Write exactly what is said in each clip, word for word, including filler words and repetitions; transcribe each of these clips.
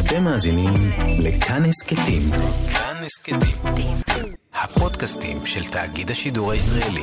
אתם מאזינים לכאן הסקטים. כאן הסקטים. הפודקאסטים של תאגיד השידור הישראלי.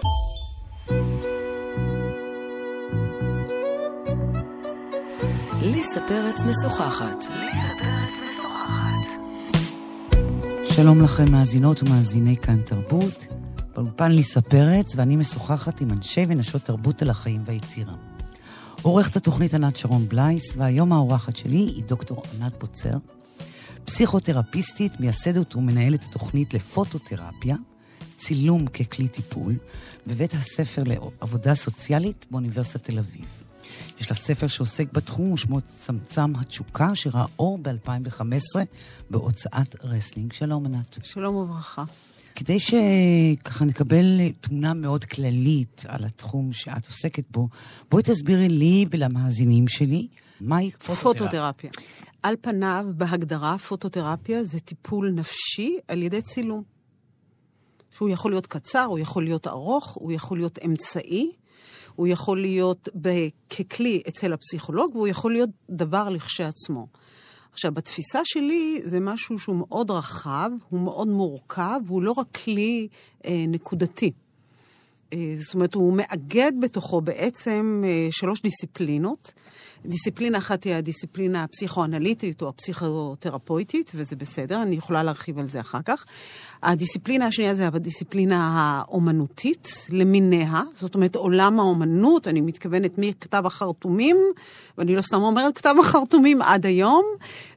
ליסה פרץ משוחחת. ליסה פרץ משוחחת. שלום לכם מאזינות ומאזיני כאן תרבות. באולפן ליסה פרץ, ואני משוחחת עם אנשי ונשות תרבות על החיים והיצירה. עורכת התוכנית ענת שרון בלייס, והיום האורחת שלי היא דוקטור ענת בוצר, פסיכותרפיסטית, מייסדת ומנהלת התוכנית לפוטותרפיה, צילום ככלי טיפול, בבית הספר לעבודה סוציאלית באוניברסיטת תל אביב. יש לה ספר שעוסק בתחום ושמו צמצם התשוקה, שראה אור ב-אלפיים וחמש עשרה בהוצאת רסלינג. שלום ענת. שלום וברכה. כדי שככה נקבל תמונה מאוד כללית על התחום שאת עוסקת בו, בואי תסבירי לי ולמאזינים שלי, מהי פוטותרפיה? פוטותרפיה. על פניו, בהגדרה, פוטותרפיה זה טיפול נפשי על ידי צילום. שהוא יכול להיות קצר, הוא יכול להיות ארוך, הוא יכול להיות אמצעי, הוא יכול להיות ככלי אצל הפסיכולוג, והוא יכול להיות דבר לכשעצמו. עכשיו, בתפיסה שלי זה משהו שהוא מאוד רחב, הוא מאוד מורכב, והוא לא רק כלי אה, נקודתי. אה, זאת אומרת, הוא מאגד בתוכו בעצם אה, שלוש דיסציפלינות. דיסציפלינה אחת היא הדיסציפלינה הפסיכואנליטית או הפסיכותרפויטית, וזה בסדר, אני יכולה להרחיב על זה אחר כך. הדיסציפלינה השנייה זה הדיסציפלינה האומנותית למיניה, זאת אומרת עולם האומנות, אני מתכוונת מכתב החרטומים, ואני לא סתם אומרת כתב החרטומים עד היום,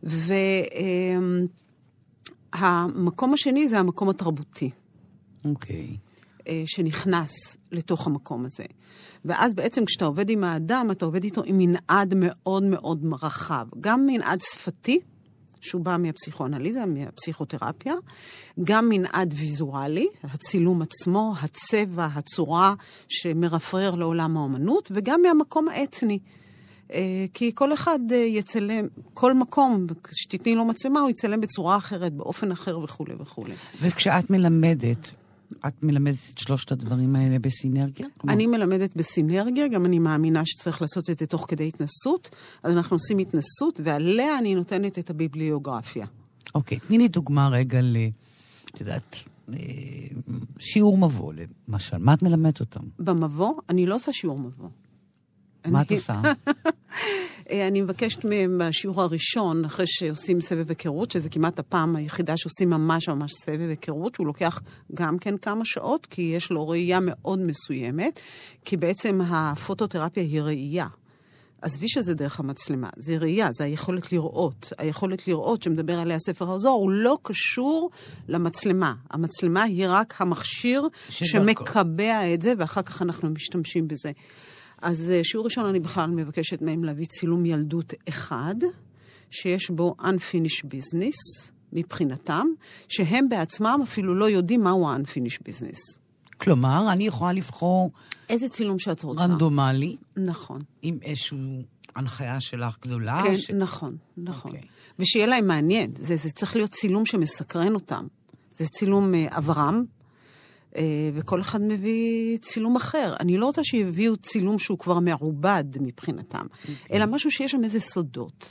והמקום השני זה המקום התרבותי. אוקיי. שנכנס לתוך המקום הזה. ואז בעצם כשאתה עובד עם האדם, אתה עובד איתו עם מנעד מאוד מאוד רחב. גם מנעד שפתי, שהוא בא מהפסיכואנליזה, מהפסיכותרפיה, גם מנעד ויזואלי, הצילום עצמו, הצבע, הצורה שמרפרר לעולם האומנות, וגם מהמקום האתני. כי כל אחד יצלם, כל מקום, שתתני לו מצלמה, הוא יצלם בצורה אחרת, באופן אחר וכו' וכו'. וכשאת מלמדת, את מלמדת את שלושת הדברים האלה בסינרגיה? אני מלמדת בסינרגיה, גם אני מאמינה שצריך לעשות את זה תוך כדי התנסות, אז אנחנו עושים התנסות, ועליה אני נותנת את הביבליוגרפיה. אוקיי, תני לי דוגמה רגע ל... את יודעת, שיעור מבוא, למשל. מה את מלמדת אותם? במבוא? אני לא עושה שיעור מבוא. מה את עושה? אני מבקשת מהם בשיעור הראשון, אחרי שעושים סבב היכרות, שזה כמעט הפעם היחידה שעושים ממש ממש סבב היכרות, שהוא לוקח גם כן כמה שעות, כי יש לו ראייה מאוד מסוימת, כי בעצם הפוטותרפיה היא ראייה. עזבי שזה דרך המצלמה, זה ראייה, זה היכולת לראות. היכולת לראות שמדבר עליה ספר הזוהר, הוא לא קשור למצלמה. המצלמה היא רק המכשיר שמקבע את זה, ואחר כך אנחנו משתמשים בזה. אז שיעור ראשון אני בכלל מבקשת מהם להביא צילום ילדות אחד, שיש בו unfinished business מבחינתם, שהם בעצמם אפילו לא יודעים מהו ה-unfinished business. כלומר, אני יכולה לבחור איזה צילום שאת רוצה. רנדומלי. נכון. עם איזושהי הנחיה שלך גדולה. כן, ש... נכון, נכון. Okay. ושיהיה להם מעניין. זה, זה צריך להיות צילום שמסקרן אותם. זה צילום uh, אברהם, וכל אחד מביא צילום אחר. אני לא רוצה שיביאו צילום שהוא כבר מעובד מבחינתם, אלא משהו שיש שם איזה סודות,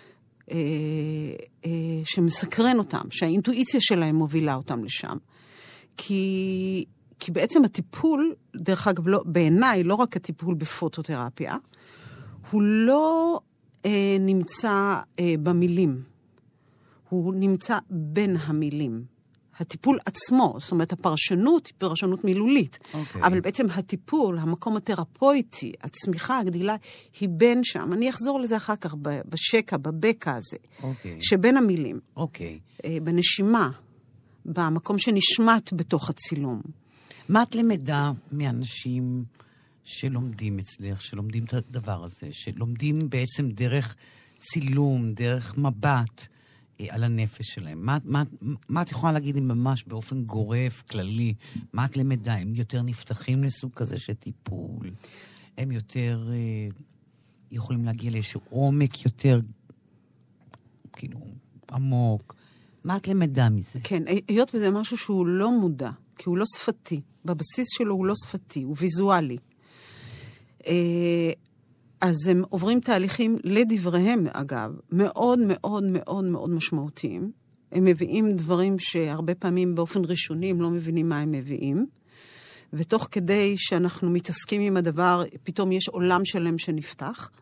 שמסקרן אותם, שהאינטואיציה שלהם מובילה אותם לשם. כי, כי בעצם הטיפול, דרך אגב, לא, בעיניי, לא רק הטיפול בפוטותרפיה, הוא לא אה, נמצא אה, במילים. הוא נמצא בין המילים. הטיפול עצמו, זאת אומרת, הפרשנות היא פרשנות מילולית. Okay. אבל בעצם הטיפול, המקום התרפויטי, הצמיחה, הגדילה, היא בין שם. אני אחזור לזה אחר כך בשקע, בבקע הזה, okay. שבין המילים. Okay. בנשימה, במקום שנשמט בתוך הצילום. מה את למדה מאנשים שלומדים אצלך, שלומדים את הדבר הזה, שלומדים בעצם דרך צילום, דרך מבט, על הנפש שלהם? מה, מה, מה את יכולה להגיד ממש באופן גורף, כללי? מה את למדה? הם יותר נפתחים לסוג כזה של טיפול? הם יותר אה, יכולים להגיע לאיזשהו עומק יותר, כאילו, עמוק? מה את למדה מזה? כן, היות וזה משהו שהוא לא מודע, כי הוא לא שפתי. בבסיס שלו הוא לא שפתי, הוא ויזואלי. אה, אז הם עוברים תהליכים לדבריהם, אגב, מאוד מאוד מאוד מאוד משמעותיים. הם מביאים דברים שהרבה פעמים באופן ראשוני הם לא מבינים מה הם מביאים. ותוך כדי שאנחנו מתעסקים עם הדבר, פתאום יש עולם שלם שנפתח.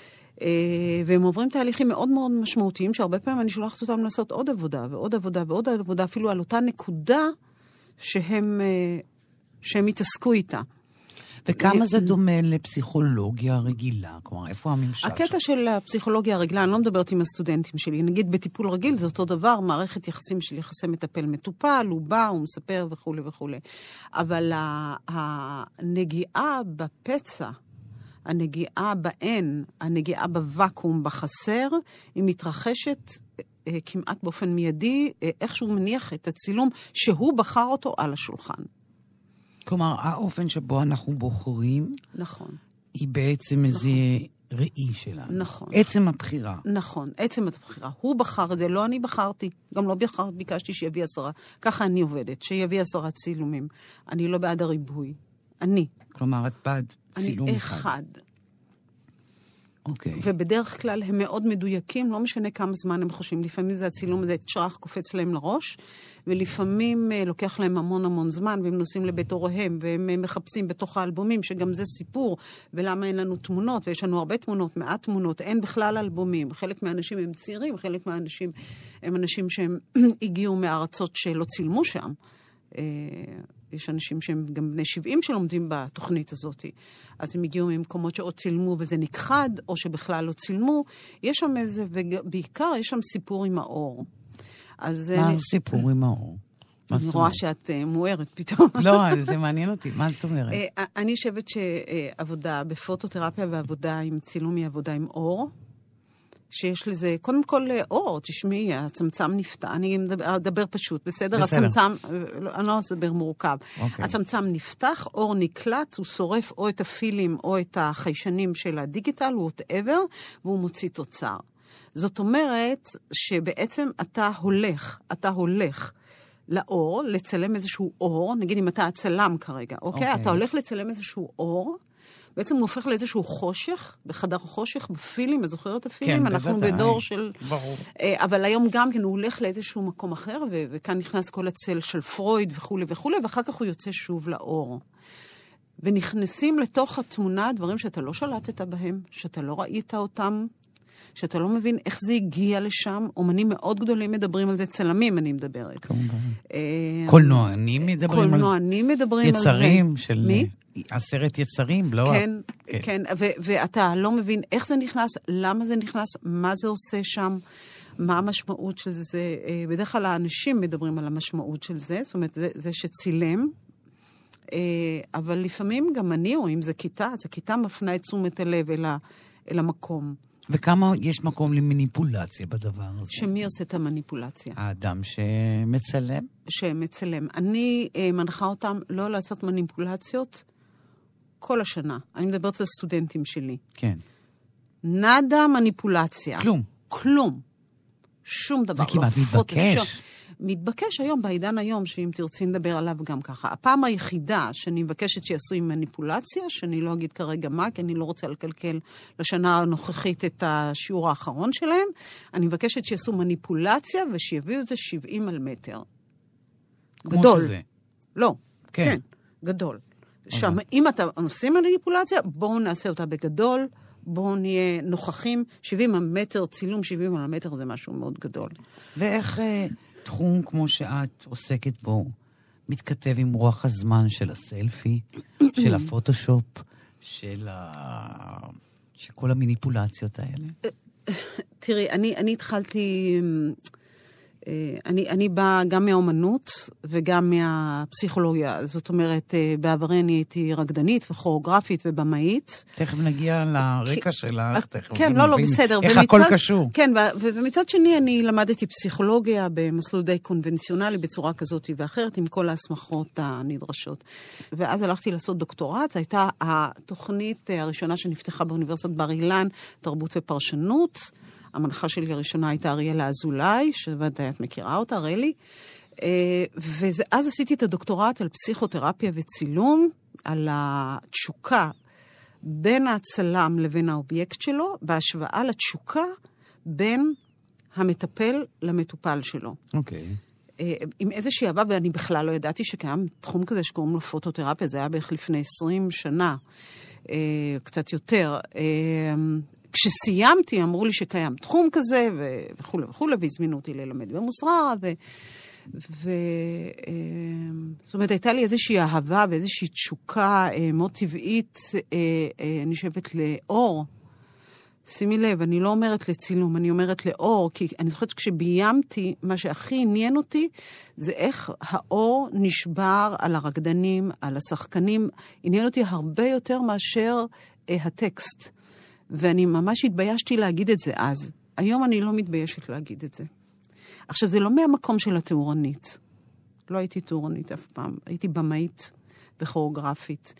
והם עוברים תהליכים מאוד מאוד משמעותיים, שהרבה פעמים אני שולחת אותם לעשות עוד עבודה, ועוד עבודה, ועוד עבודה, אפילו על אותה נקודה שהם, שהם התעסקו איתה. וכמה זה דומה לפסיכולוגיה רגילה? כלומר, איפה הממשל? הקטע של הפסיכולוגיה הרגילה, אני לא מדברת עם הסטודנטים שלי. נגיד, בטיפול רגיל זה אותו דבר, מערכת יחסים של יחסי מטפל מטופל, הוא בא, הוא מספר וכו' וכו'. אבל הנגיעה בפצע, הנגיעה באין, הנגיעה בוואקום, בחסר, היא מתרחשת אה, כמעט באופן מיידי, אה, איכשהו מניח את הצילום שהוא בחר אותו על השולחן. כלומר, האופן שבו אנחנו בוחרים, נכון. היא בעצם איזה נכון. ראי שלנו. נכון. עצם הבחירה. נכון, עצם הבחירה. הוא בחר את זה, לא אני בחרתי. גם לא בחר, ביקשתי שיביא עשרה. ככה אני עובדת, שיביא עשרה צילומים. אני לא בעד הריבוי. אני. כלומר, את בעד צילום אני אחד. אחד. אוקיי. ובדרך כלל הם מאוד מדויקים, לא משנה כמה זמן הם חושבים. לפעמים זה הצילום הזה, צ'רח קופץ להם לראש, ולפעמים לוקח להם המון המון זמן, והם נוסעים לבית הוריהם, והם מחפשים בתוך האלבומים, שגם זה סיפור, ולמה אין לנו תמונות, ויש לנו הרבה תמונות, מעט תמונות, אין בכלל אלבומים. חלק מהאנשים הם צעירים, חלק מהאנשים הם אנשים שהם הגיעו מארצות שלא צילמו שם. יש אנשים שהם גם בני שבעים שלומדים בתוכנית הזאת. אז הם הגיעו ממקומות שעוד צילמו וזה נכחד, או שבכלל לא צילמו. יש שם איזה, ובעיקר יש שם סיפור עם האור. אז מה הסיפור עם האור? אני רואה שאת מוארת פתאום. לא, זה מעניין אותי. מה זאת אומרת? אני חושבת שעבודה בפוטותרפיה ועבודה עם צילום היא עבודה עם אור. שיש לזה, קודם כל, אור, תשמעי, הצמצם נפתח, אני אדבר פשוט, בסדר? בסדר. הצמצם, אני לא אדבר מורכב. אוקיי. הצמצם נפתח, אור נקלט, הוא שורף או את הפילים או את החיישנים של הדיגיטל, הוא whatever, והוא מוציא תוצר. זאת אומרת שבעצם אתה הולך, אתה הולך לאור, לצלם איזשהו אור, נגיד אם אתה הצלם כרגע, אוקיי? אוקיי. אתה הולך לצלם איזשהו אור, בעצם הוא הופך לאיזשהו חושך, בחדר חושך, בפילים, את זוכרת הפילים? כן, אנחנו בוודאי. בדור של... ברור. אבל היום גם כן הוא הולך לאיזשהו מקום אחר, ו- וכאן נכנס כל הצל של פרויד וכו' וכו', ואחר כך הוא יוצא שוב לאור. ונכנסים לתוך התמונה דברים שאתה לא שלטת בהם, שאתה לא ראית אותם, שאתה לא מבין איך זה הגיע לשם. אומנים מאוד גדולים מדברים על זה, צלמים אני מדברת. כמובן. קולנוענים מדברים על זה. קולנוענים מדברים על זה. יצרים של... מי? הסרט יצרים, לא... כן, כן, ואתה לא מבין איך זה נכנס, למה זה נכנס, מה זה עושה שם, מה המשמעות של זה. בדרך כלל האנשים מדברים על המשמעות של זה, זאת אומרת, זה, זה שצילם, אבל לפעמים גם אני, או אם זה כיתה, אז הכיתה מפנה את תשומת הלב אל, ה, אל המקום. וכמה יש מקום למניפולציה בדבר הזה? שמי עושה את המניפולציה? האדם שמצלם. שמצלם. אני מנחה אותם לא לעשות מניפולציות כל השנה. אני מדברת על סטודנטים שלי. כן. נדה מניפולציה. כלום. כלום. שום דבר. זה כמעט מתבקש. מתבקש היום, בעידן היום, שאם תרצי נדבר עליו גם ככה. הפעם היחידה שאני מבקשת שיעשו עם מניפולציה, שאני לא אגיד כרגע מה, כי אני לא רוצה לקלקל לשנה הנוכחית את השיעור האחרון שלהם, אני מבקשת שיעשו מניפולציה ושיביאו את זה שבעים על מטר. כמו גדול. שזה. לא. כן. כן. גדול. שם, אם אתה עושים מניפולציה, בואו נעשה אותה בגדול, בואו נהיה נוכחים. שבעים מטר, צילום שבעים על המטר זה משהו מאוד גדול. ואיך אה, תחום כמו שאת עוסקת בו, מתכתב עם רוח הזמן של הסלפי, של הפוטושופ, של ה... שכל המניפולציות האלה? תראי, אני, אני התחלתי... אני, אני באה גם מהאומנות וגם מהפסיכולוגיה. זאת אומרת, בעברי אני הייתי רקדנית וכוריאוגרפית ובמאית. תכף נגיע לרקע שלך, תכף כן, לא, לא, בסדר. איך ומצד, הכל קשור. כן, ומצד שני אני למדתי פסיכולוגיה במסלול די קונבנציונלי בצורה כזאת ואחרת, עם כל ההסמכות הנדרשות. ואז הלכתי לעשות דוקטורט. זו הייתה התוכנית הראשונה שנפתחה באוניברסיטת בר אילן, תרבות ופרשנות. המנחה שלי הראשונה הייתה אריאלה אזולאי, שוודאי את מכירה אותה, רלי. ואז עשיתי את הדוקטורט על פסיכותרפיה וצילום, על התשוקה בין הצלם לבין האובייקט שלו, בהשוואה לתשוקה בין המטפל למטופל שלו. אוקיי. עם איזושהי אהבה, ואני בכלל לא ידעתי שקיים תחום כזה שקוראים לו פוטותרפיה, זה היה בערך לפני עשרים שנה, קצת יותר. כשסיימתי, אמרו לי שקיים תחום כזה, וכו' וכו', והזמינו אותי ללמד במוסררה, ו... ו... זאת אומרת, הייתה לי איזושהי אהבה ואיזושהי תשוקה מאוד טבעית, אני חושבת לאור. שימי לב, אני לא אומרת לצילום, אני אומרת לאור, כי אני זוכרת שכשביימתי, מה שהכי עניין אותי, זה איך האור נשבר על הרקדנים, על השחקנים, עניין אותי הרבה יותר מאשר אה, הטקסט. ואני ממש התביישתי להגיד את זה אז. היום אני לא מתביישת להגיד את זה. עכשיו, זה לא מהמקום של התאורנית. לא הייתי תאורנית אף פעם. הייתי במאית וכוריאוגרפית.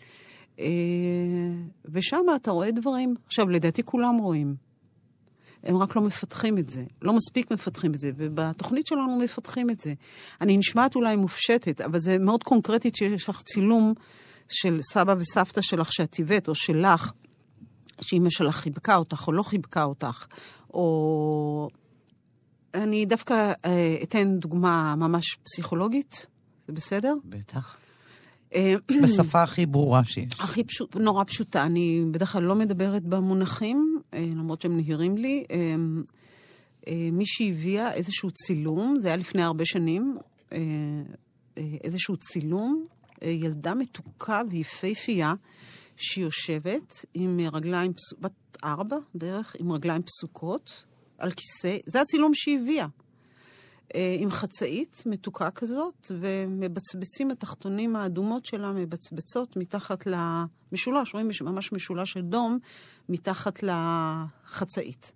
ושם אתה רואה דברים. עכשיו, לדעתי כולם רואים. הם רק לא מפתחים את זה. לא מספיק מפתחים את זה, ובתוכנית שלנו מפתחים את זה. אני נשמעת אולי מופשטת, אבל זה מאוד קונקרטית שיש לך צילום של סבא וסבתא שלך שאת הבאת, או שלך, שאמא שלך חיבקה אותך, או לא חיבקה אותך, או... אני דווקא אתן דוגמה ממש פסיכולוגית, זה בסדר? בטח. בשפה הכי ברורה שיש. הכי פשוט, נורא פשוטה. אני בדרך כלל לא מדברת במונחים, למרות שהם נהירים לי. מי שהביאה איזשהו צילום, זה היה לפני הרבה שנים, איזשהו צילום, ילדה מתוקה ויפהפייה, שהיא יושבת עם רגליים, בת ארבע בערך, עם רגליים פסוקות, על כיסא. זה הצילום שהיא הביאה. עם חצאית מתוקה כזאת, ומבצבצים התחתונים האדומות שלה, מבצבצות מתחת למשולש, רואים ממש משולש אדום, מתחת לחצאית.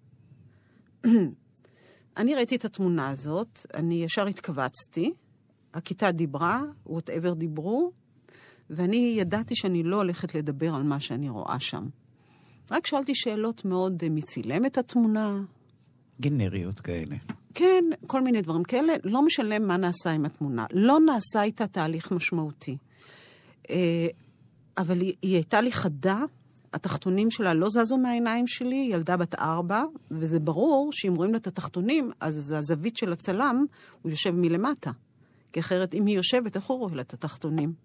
אני ראיתי את התמונה הזאת, אני ישר התכווצתי, הכיתה דיברה, whatever דיברו, ואני ידעתי שאני לא הולכת לדבר על מה שאני רואה שם. רק שאלתי שאלות מאוד, מי צילם את התמונה? גנריות כאלה. כן, כל מיני דברים כאלה. לא משלם מה נעשה עם התמונה. לא נעשה איתה תהליך משמעותי. אבל היא, היא הייתה לי חדה, התחתונים שלה לא זזו מהעיניים שלי, ילדה בת ארבע, וזה ברור שאם רואים לה את התחתונים, אז הזווית של הצלם, הוא יושב מלמטה. כי אחרת, אם היא יושבת, איך הוא רואה לה את התחתונים?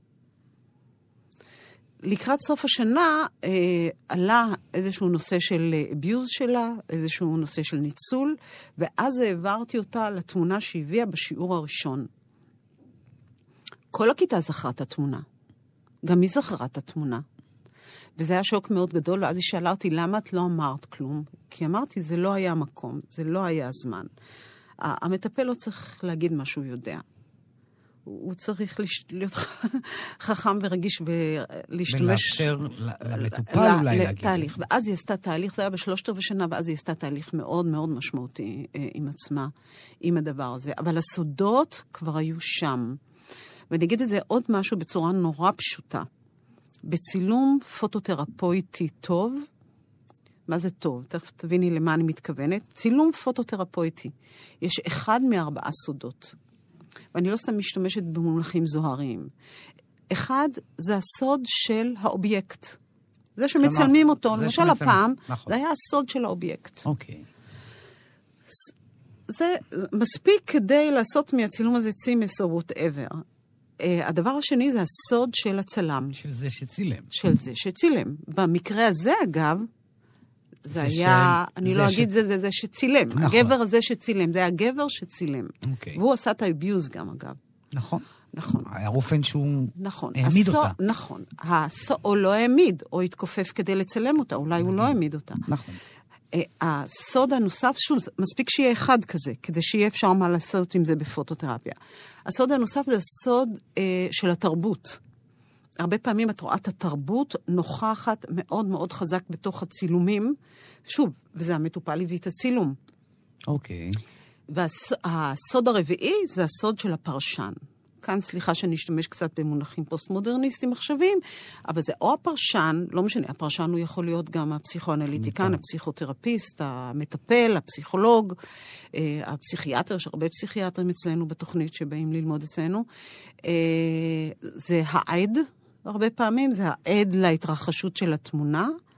לקראת סוף השנה אה, עלה איזשהו נושא של אביוז שלה, איזשהו נושא של ניצול, ואז העברתי אותה לתמונה שהביאה בשיעור הראשון. כל הכיתה זכרה את התמונה. גם היא זכרה את התמונה. וזה היה שוק מאוד גדול, ואז היא שאלה אותי, למה את לא אמרת כלום? כי אמרתי, זה לא היה המקום, זה לא היה הזמן. המטפל לא צריך להגיד מה שהוא יודע. הוא צריך להיות חכם ורגיש ולהשתמש... ולאפשר למטופל אולי להגיד. תהליך. ואז היא עשתה תהליך, זה היה בשלושת רבעי שנה, ואז היא עשתה תהליך מאוד מאוד משמעותי עם עצמה, עם הדבר הזה. אבל הסודות כבר היו שם. ואני אגיד את זה עוד משהו בצורה נורא פשוטה. בצילום פוטותרפויטי טוב, מה זה טוב? תכף תביני למה אני מתכוונת. צילום פוטותרפויטי. יש אחד מארבעה סודות. ואני לא סתם משתמשת במונחים זוהריים. אחד, זה הסוד של האובייקט. זה שמצלמים אותו, למשל הפעם, זה היה הסוד של האובייקט. אוקיי. זה מספיק כדי לעשות מהצילום הזה צימס או whatever. הדבר השני זה הסוד של הצלם. של זה שצילם. של זה שצילם. במקרה הזה, אגב, זה היה, אני לא אגיד זה, זה זה שצילם. הגבר הזה שצילם, זה היה הגבר שצילם. והוא עשה את האביוז גם, אגב. נכון. נכון. היה אופן שהוא העמיד אותה. נכון. או לא העמיד, או התכופף כדי לצלם אותה, אולי הוא לא העמיד אותה. נכון. הסוד הנוסף, שוב, מספיק שיהיה אחד כזה, כדי שיהיה אפשר מה לעשות עם זה בפוטותרפיה. הסוד הנוסף זה הסוד של התרבות. הרבה פעמים את רואה את התרבות נוכחת מאוד מאוד חזק בתוך הצילומים. שוב, וזה המטופל הביא את הצילום. אוקיי. והסוד הרביעי זה הסוד של הפרשן. כאן סליחה שאני אשתמש קצת במונחים פוסט-מודרניסטים מחשבים, אבל זה או הפרשן, לא משנה, הפרשן הוא יכול להיות גם הפסיכואנליטיקן, הפסיכותרפיסט, המטפל, הפסיכולוג, הפסיכיאטר, יש הרבה פסיכיאטרים אצלנו בתוכנית שבאים ללמוד אצלנו. זה העד, הרבה פעמים זה העד להתרחשות של התמונה,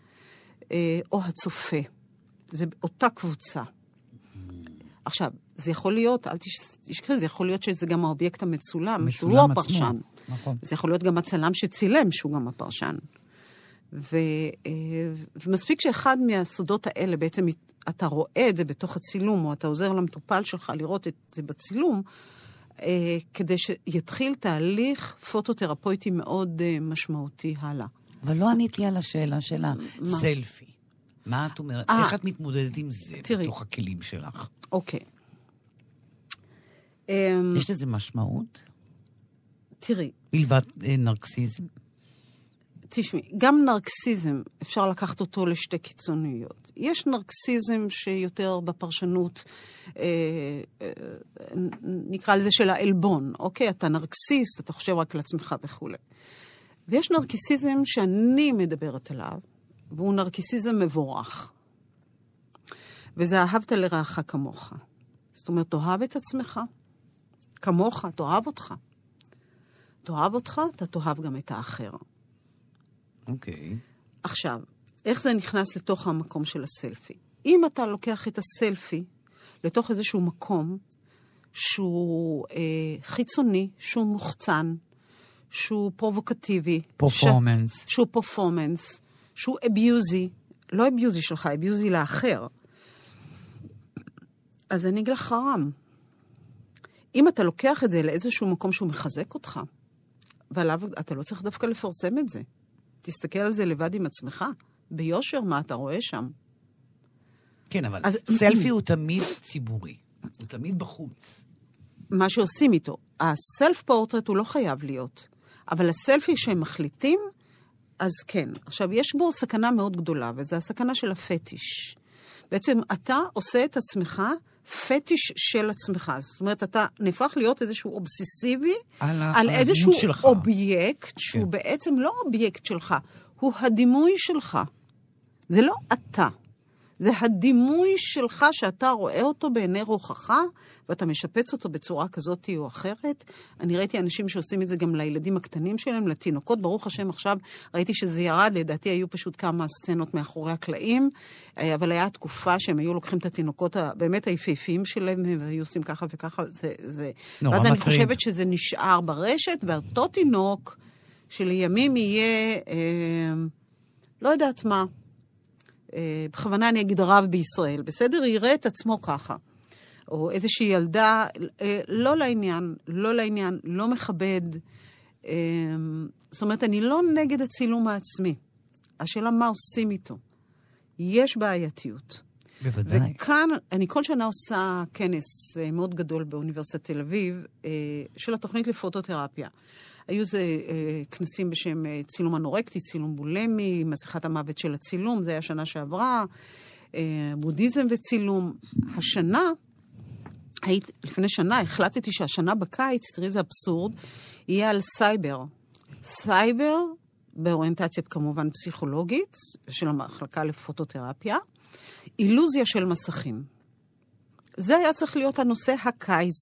או הצופה. זה אותה קבוצה. עכשיו, זה יכול להיות, אל תשכחי, זה יכול להיות שזה גם האובייקט המצולם, שהוא לא הפרשן. נכון. זה יכול להיות גם הצלם שצילם, שהוא גם הפרשן. ו, ומספיק שאחד מהסודות האלה, בעצם אתה רואה את זה בתוך הצילום, או אתה עוזר למטופל שלך לראות את זה בצילום, כדי שיתחיל תהליך פוטותרפויטי מאוד משמעותי הלאה. אבל לא עניתי על השאלה של הסלפי. מה את אומרת? איך את מתמודדת עם זה בתוך הכלים שלך? אוקיי. יש לזה משמעות? תראי. מלבד נרקסיזם? תשמעי, גם נרקסיזם, אפשר לקחת אותו לשתי קיצוניות. יש נרקסיזם שיותר בפרשנות, אה, אה, נקרא לזה של האלבון. אוקיי, אתה נרקסיסט, אתה חושב רק על עצמך וכו'. ויש נרקסיזם שאני מדברת עליו, והוא נרקסיזם מבורך. וזה אהבת לרעך כמוך. זאת אומרת, תאהב את עצמך, כמוך, תאהב אותך. תאהב אותך, אתה תאהב גם את האחר. אוקיי. Okay. עכשיו, איך זה נכנס לתוך המקום של הסלפי? אם אתה לוקח את הסלפי לתוך איזשהו מקום שהוא אה, חיצוני, שהוא מוחצן, שהוא פרובוקטיבי. פרפורמנס. ש... שהוא פרפורמנס, שהוא אביוזי, לא אביוזי שלך, אביוזי לאחר. אז אני אגיד לך רם. אם אתה לוקח את זה לאיזשהו מקום שהוא מחזק אותך, ועליו אתה לא צריך דווקא לפרסם את זה. תסתכל על זה לבד עם עצמך. ביושר, מה אתה רואה שם? כן, אבל אז... סלפי הוא תמיד ציבורי. הוא תמיד בחוץ. מה שעושים איתו. הסלף פורטרט הוא לא חייב להיות. אבל הסלפי שהם מחליטים, אז כן. עכשיו, יש בו סכנה מאוד גדולה, וזו הסכנה של הפטיש. בעצם אתה עושה את עצמך פטיש של עצמך. זאת אומרת, אתה נהפך להיות איזשהו אובססיבי על, על איזשהו שלך. אובייקט, שהוא כן. בעצם לא אובייקט שלך, הוא הדימוי שלך. זה לא אתה. זה הדימוי שלך שאתה רואה אותו בעיני רוחך, ואתה משפץ אותו בצורה כזאת או אחרת. אני ראיתי אנשים שעושים את זה גם לילדים הקטנים שלהם, לתינוקות. ברוך השם עכשיו ראיתי שזה ירד, לדעתי היו פשוט כמה סצנות מאחורי הקלעים, אבל היה תקופה שהם היו לוקחים את התינוקות באמת היפהפיים שלהם, והיו עושים ככה וככה. זה, זה... ואז אני חושבת שזה נשאר ברשת, ואותו תינוק שלימים יהיה, אה, לא יודעת מה, בכוונה אני אגיד רב בישראל, בסדר? יראה את עצמו ככה. או איזושהי ילדה, לא לעניין, לא לעניין, לא מכבד. זאת אומרת, אני לא נגד הצילום העצמי. השאלה מה עושים איתו. יש בעייתיות. בוודאי. וכאן, אני כל שנה עושה כנס מאוד גדול באוניברסיטת תל אביב, של התוכנית לפוטותרפיה. היו זה אה, כנסים בשם אה, צילום אנורקטי, צילום בולמי, מסכת המוות של הצילום, זה היה שנה שעברה, אה, בודהיזם וצילום. השנה, היית, לפני שנה, החלטתי שהשנה בקיץ, תראי זה אבסורד, יהיה על סייבר. סייבר, באוריינטציה כמובן פסיכולוגית, של המחלקה לפוטותרפיה, אילוזיה של מסכים. זה היה צריך להיות הנושא הקיץ.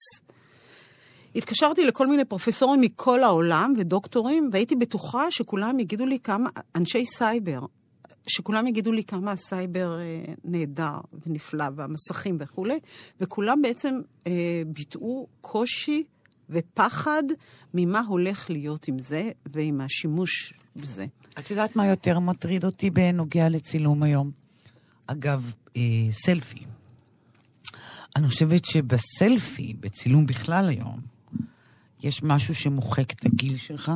התקשרתי לכל מיני פרופסורים מכל העולם ודוקטורים, והייתי בטוחה שכולם יגידו לי כמה, אנשי סייבר, שכולם יגידו לי כמה הסייבר אה, נהדר ונפלא, והמסכים וכו', וכולם בעצם אה, ביטאו קושי ופחד ממה הולך להיות עם זה, ועם השימוש בזה. את יודעת מה יותר מטריד אותי בנוגע לצילום היום? אגב, אה, סלפי. אני חושבת שבסלפי, בצילום בכלל היום, יש משהו שמוחק את הגיל שלך,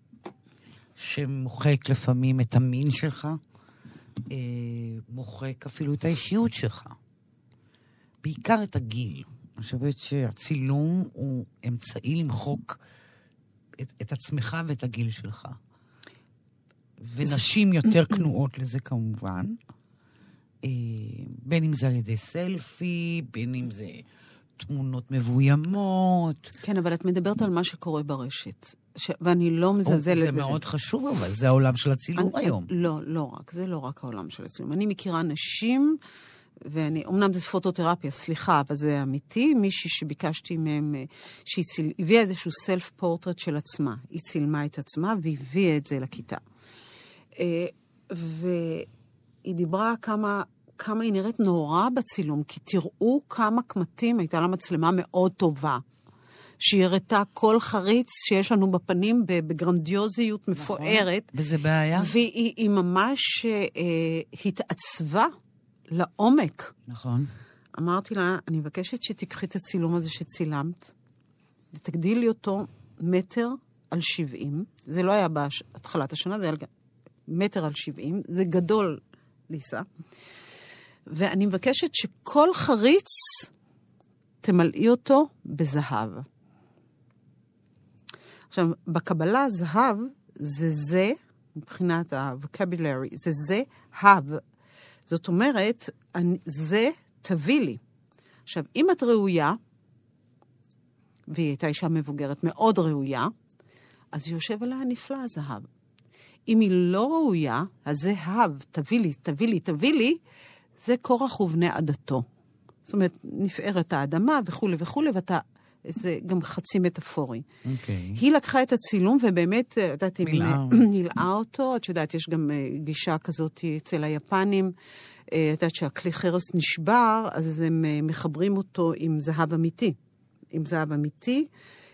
שמוחק לפעמים את המין שלך, אה, מוחק אפילו את האישיות שלך. בעיקר את הגיל. אני חושבת שהצילום הוא אמצעי למחוק את, את עצמך ואת הגיל שלך. ונשים יותר כנועות לזה כמובן. אה, בין אם זה על ידי סלפי, בין אם זה תמונות מבוימות. כן, אבל את מדברת על מה שקורה ברשת. ש... ואני לא מזלזלת בזה. זה מאוד חשוב, אבל זה העולם של הצילום אני, היום. לא, לא רק. זה לא רק העולם של הצילום. אני מכירה נשים, ואני, אמנם זה פוטותרפיה, סליחה, אבל זה אמיתי, מישהי שביקשתי מהם, שהיא ציל... הביאה איזשהו סלף פורטרט של עצמה. היא צילמה את עצמה והביאה את זה לכיתה. ו... היא דיברה כמה, כמה היא נראית נורא בצילום, כי תראו כמה קמטים, הייתה לה מצלמה מאוד טובה, שהיא הראתה כל חריץ שיש לנו בפנים בגרנדיוזיות מפוארת. וזה בעיה. והיא היא ממש אה, התעצבה לעומק. נכון. אמרתי לה, אני מבקשת שתיקחי את הצילום הזה שצילמת, ותגדילי אותו מטר על שבעים. זה לא היה בהתחלת השנה, זה היה מטר על שבעים. זה גדול, ליסה. ואני מבקשת שכל חריץ תמלאי אותו בזהב. עכשיו, בקבלה זהב זה זה, מבחינת ה-vocabulary, זה זה הב. זאת אומרת, אני, זה תביא לי. עכשיו, אם את ראויה, והיא הייתה אישה מבוגרת מאוד ראויה, אז יושב עליה נפלא הזהב. אם היא לא ראויה, אז זה הב, תביא לי, תביא לי, תביא לי, זה קורח ובני עדתו. זאת אומרת, נפארת האדמה וכו' וכו', ואתה, זה גם חצי מטאפורי. Okay. היא לקחה את הצילום, ובאמת, יודעת, היא נלאה אותו. את יודעת, יש גם גישה כזאת אצל היפנים, את יודעת שהכלי חרס נשבר, אז הם מחברים אותו עם זהב אמיתי. עם זהב אמיתי,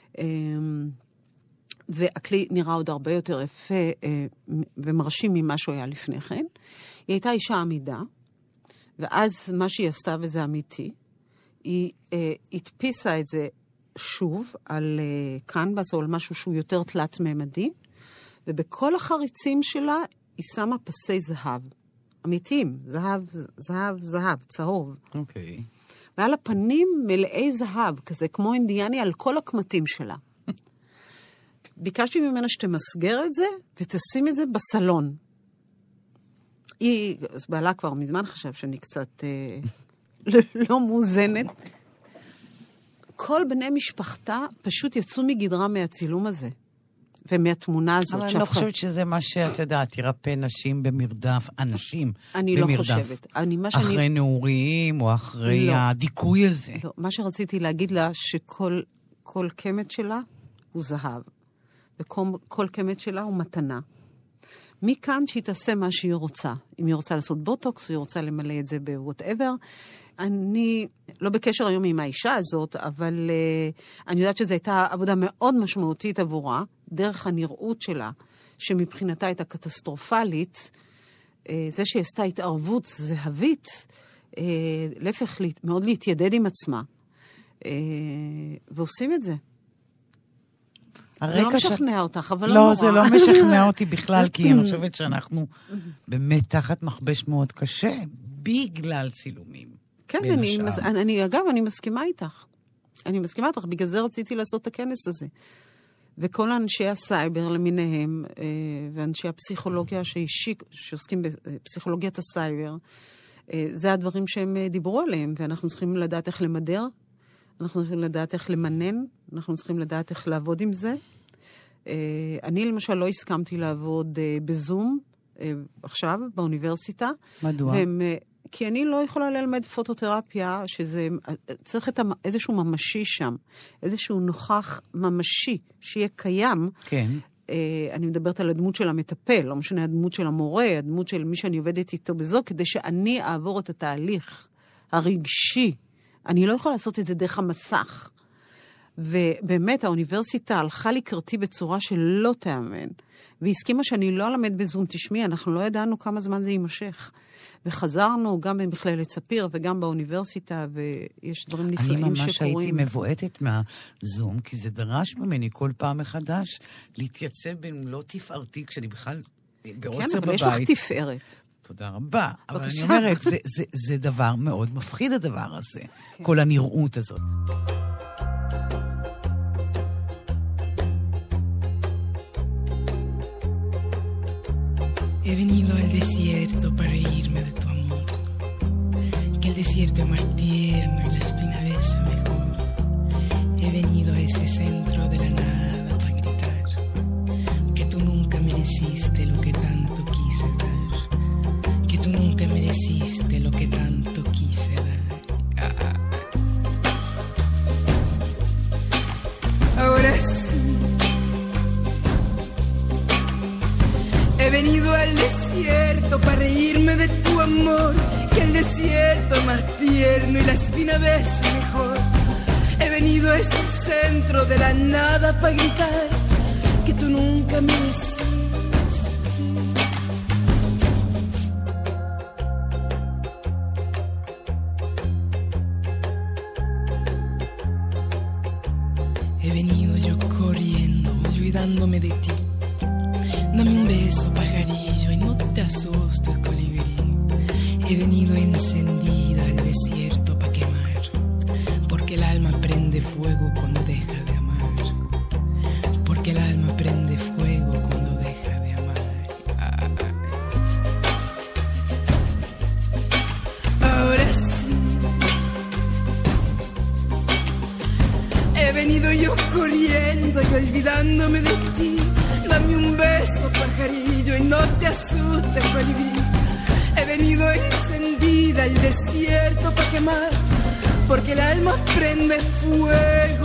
והכלי נראה עוד הרבה יותר יפה ומרשים ממה שהוא היה לפני כן. היא הייתה אישה עמידה, ואז מה שהיא עשתה, וזה אמיתי, היא אה, הדפיסה את זה שוב על אה, קנבס, או על משהו שהוא יותר תלת-ממדי, ובכל החריצים שלה היא שמה פסי זהב. אמיתיים, זהב, זהב, זהב, צהוב. אוקיי. Okay. ועל הפנים מלאי זהב, כזה כמו אינדיאני, על כל הקמטים שלה. ביקשתי ממנה שתמסגר את זה, ותשים את זה בסלון. היא, אז בעלה כבר מזמן חשב שאני קצת אה, לא מאוזנת. כל בני משפחתה פשוט יצאו מגדרה מהצילום הזה, ומהתמונה הזאת. אבל אני לא חושבת שזה מה שאת יודעת, תרפא נשים במרדף, אנשים אני במרדף. לא חושבת. אני, מה שאני... אחרי נעוריים, או אחרי לא. הדיכוי הזה. לא, מה שרציתי להגיד לה, שכל כל קמת שלה הוא זהב, וכל קמת שלה הוא מתנה. מכאן שהיא תעשה מה שהיא רוצה. אם היא רוצה לעשות בוטוקס, היא רוצה למלא את זה ב-whatever. אני לא בקשר היום עם האישה הזאת, אבל uh, אני יודעת שזו הייתה עבודה מאוד משמעותית עבורה, דרך הנראות שלה, שמבחינתה הייתה קטסטרופלית, uh, זה שהיא עשתה התערבות זהבית, uh, להפך מאוד להתיידד עם עצמה. Uh, ועושים את זה. זה לא משכנע ש... אותך, אבל לא נורא. לא, זה לא משכנע אותי בכלל, כי אני חושבת שאנחנו באמת תחת מכבש מאוד קשה, בגלל צילומים. כן, אני, אני, אני, אגב, אני מסכימה איתך. אני מסכימה איתך, בגלל זה רציתי לעשות את הכנס הזה. וכל האנשי הסייבר למיניהם, ואנשי הפסיכולוגיה שהשיק, שעוסקים בפסיכולוגיית הסייבר, זה הדברים שהם דיברו עליהם, ואנחנו צריכים לדעת איך למדר, אנחנו צריכים לדעת איך למנן, אנחנו צריכים לדעת איך לעבוד עם זה. אני למשל לא הסכמתי לעבוד בזום, עכשיו, באוניברסיטה. מדוע? והם, כי אני לא יכולה ללמד פוטותרפיה, שזה, צריך את איזשהו ממשי שם, איזשהו נוכח ממשי, שיהיה קיים. כן. אני מדברת על הדמות של המטפל, לא משנה הדמות של המורה, הדמות של מי שאני עובדת איתו בזו, כדי שאני אעבור את התהליך הרגשי. אני לא יכולה לעשות את זה דרך המסך. ובאמת, האוניברסיטה הלכה לקראתי בצורה שלא תאמן, והסכימה שאני לא אלמד בזום. תשמעי, אנחנו לא ידענו כמה זמן זה יימשך. וחזרנו גם במכללת ספיר וגם באוניברסיטה, ויש דברים נפלאים שקורים. אני ממש הייתי מבועטת מהזום, כי זה דרש ממני כל פעם מחדש להתייצב במלוא תפארתי, כשאני בכלל בעוצר בבית. כן, אבל יש לך תפארת. תודה רבה. אבל אני אומרת, זה, זה, זה דבר מאוד מפחיד הדבר הזה, כן. כל הנראות הזאת. He venido al desierto para reírme de tu amor, que el desierto es más tierno y la espina besa mejor. He venido a ese centro de la nada para gritar que tú nunca mereciste lo que tanto quise dar, que tú nunca mereciste lo que tanto quise dar. Ah, ah. Ahora sí. He venido al desierto para reírme de tu amor. tierno y la espina besa mejor. He venido a ese centro de la nada para gritar que tú nunca me decís. He venido yo corriendo, olvidándome de ti. Dame un beso, pajarillo, y no te asustes, colibrí. He venido encendida al desierto pa' quemar, porque el alma prende fuego cuando deja de amar. Porque el alma prende fuego cuando deja de amar. Ay. Ahora sí, he venido yo corriendo y olvidándome de ti. Dame un beso, pajarillo, y no te asustes, colibrí. He venido encendida al desierto pa' quemar, porque el alma prende fuego.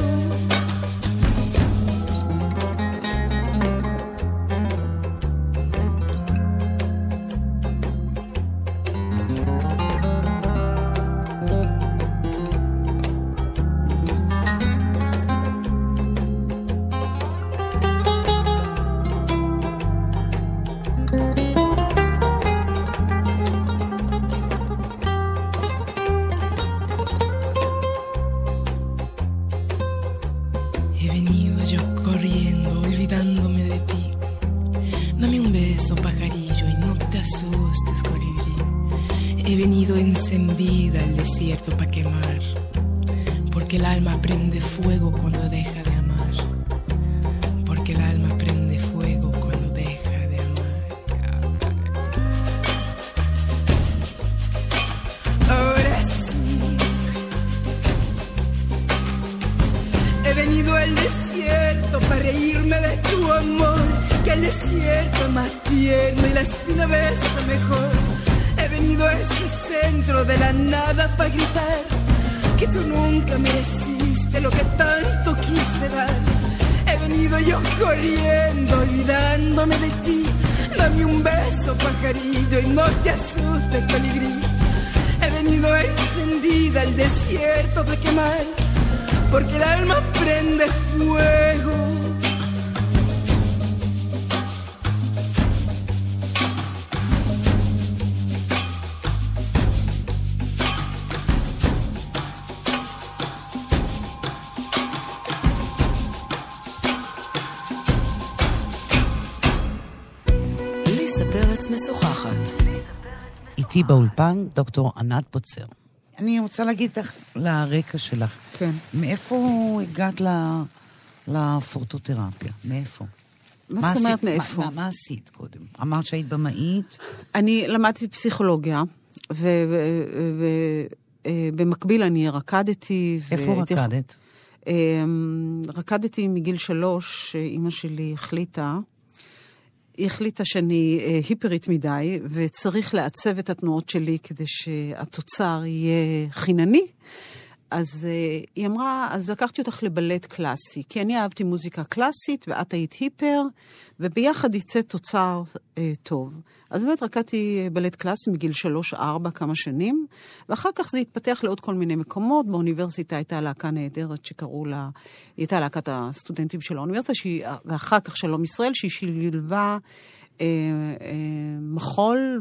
איתי באולפן דוקטור ענת פוצר. אני רוצה להגיד לך לרקע שלך. כן. מאיפה הגעת לפורטותרפיה? מאיפה? מה זאת אומרת מאיפה? מה, מה עשית קודם? אמרת שהיית במאית? אני למדתי פסיכולוגיה, ובמקביל אני רקדתי. איפה רקדת? רקדתי מגיל שלוש, אמא שלי החליטה, היא החליטה שאני היפרית מדי, וצריך לעצב את התנועות שלי כדי שהתוצר יהיה חינני. אז היא אמרה, אז לקחתי אותך לבלט קלאסי, כי אני אהבתי מוזיקה קלאסית, ואת היית היפר, וביחד יצא תוצר אה, טוב. אז באמת רקדתי בלט קלאסי מגיל שלוש, ארבע, כמה שנים, ואחר כך זה התפתח לעוד כל מיני מקומות. באוניברסיטה הייתה להקה נהדרת שקראו לה, היא הייתה להקת הסטודנטים של האוניברסיטה, שהיא, ואחר כך שלום ישראל, שהיא שילבה אה, אה, מחול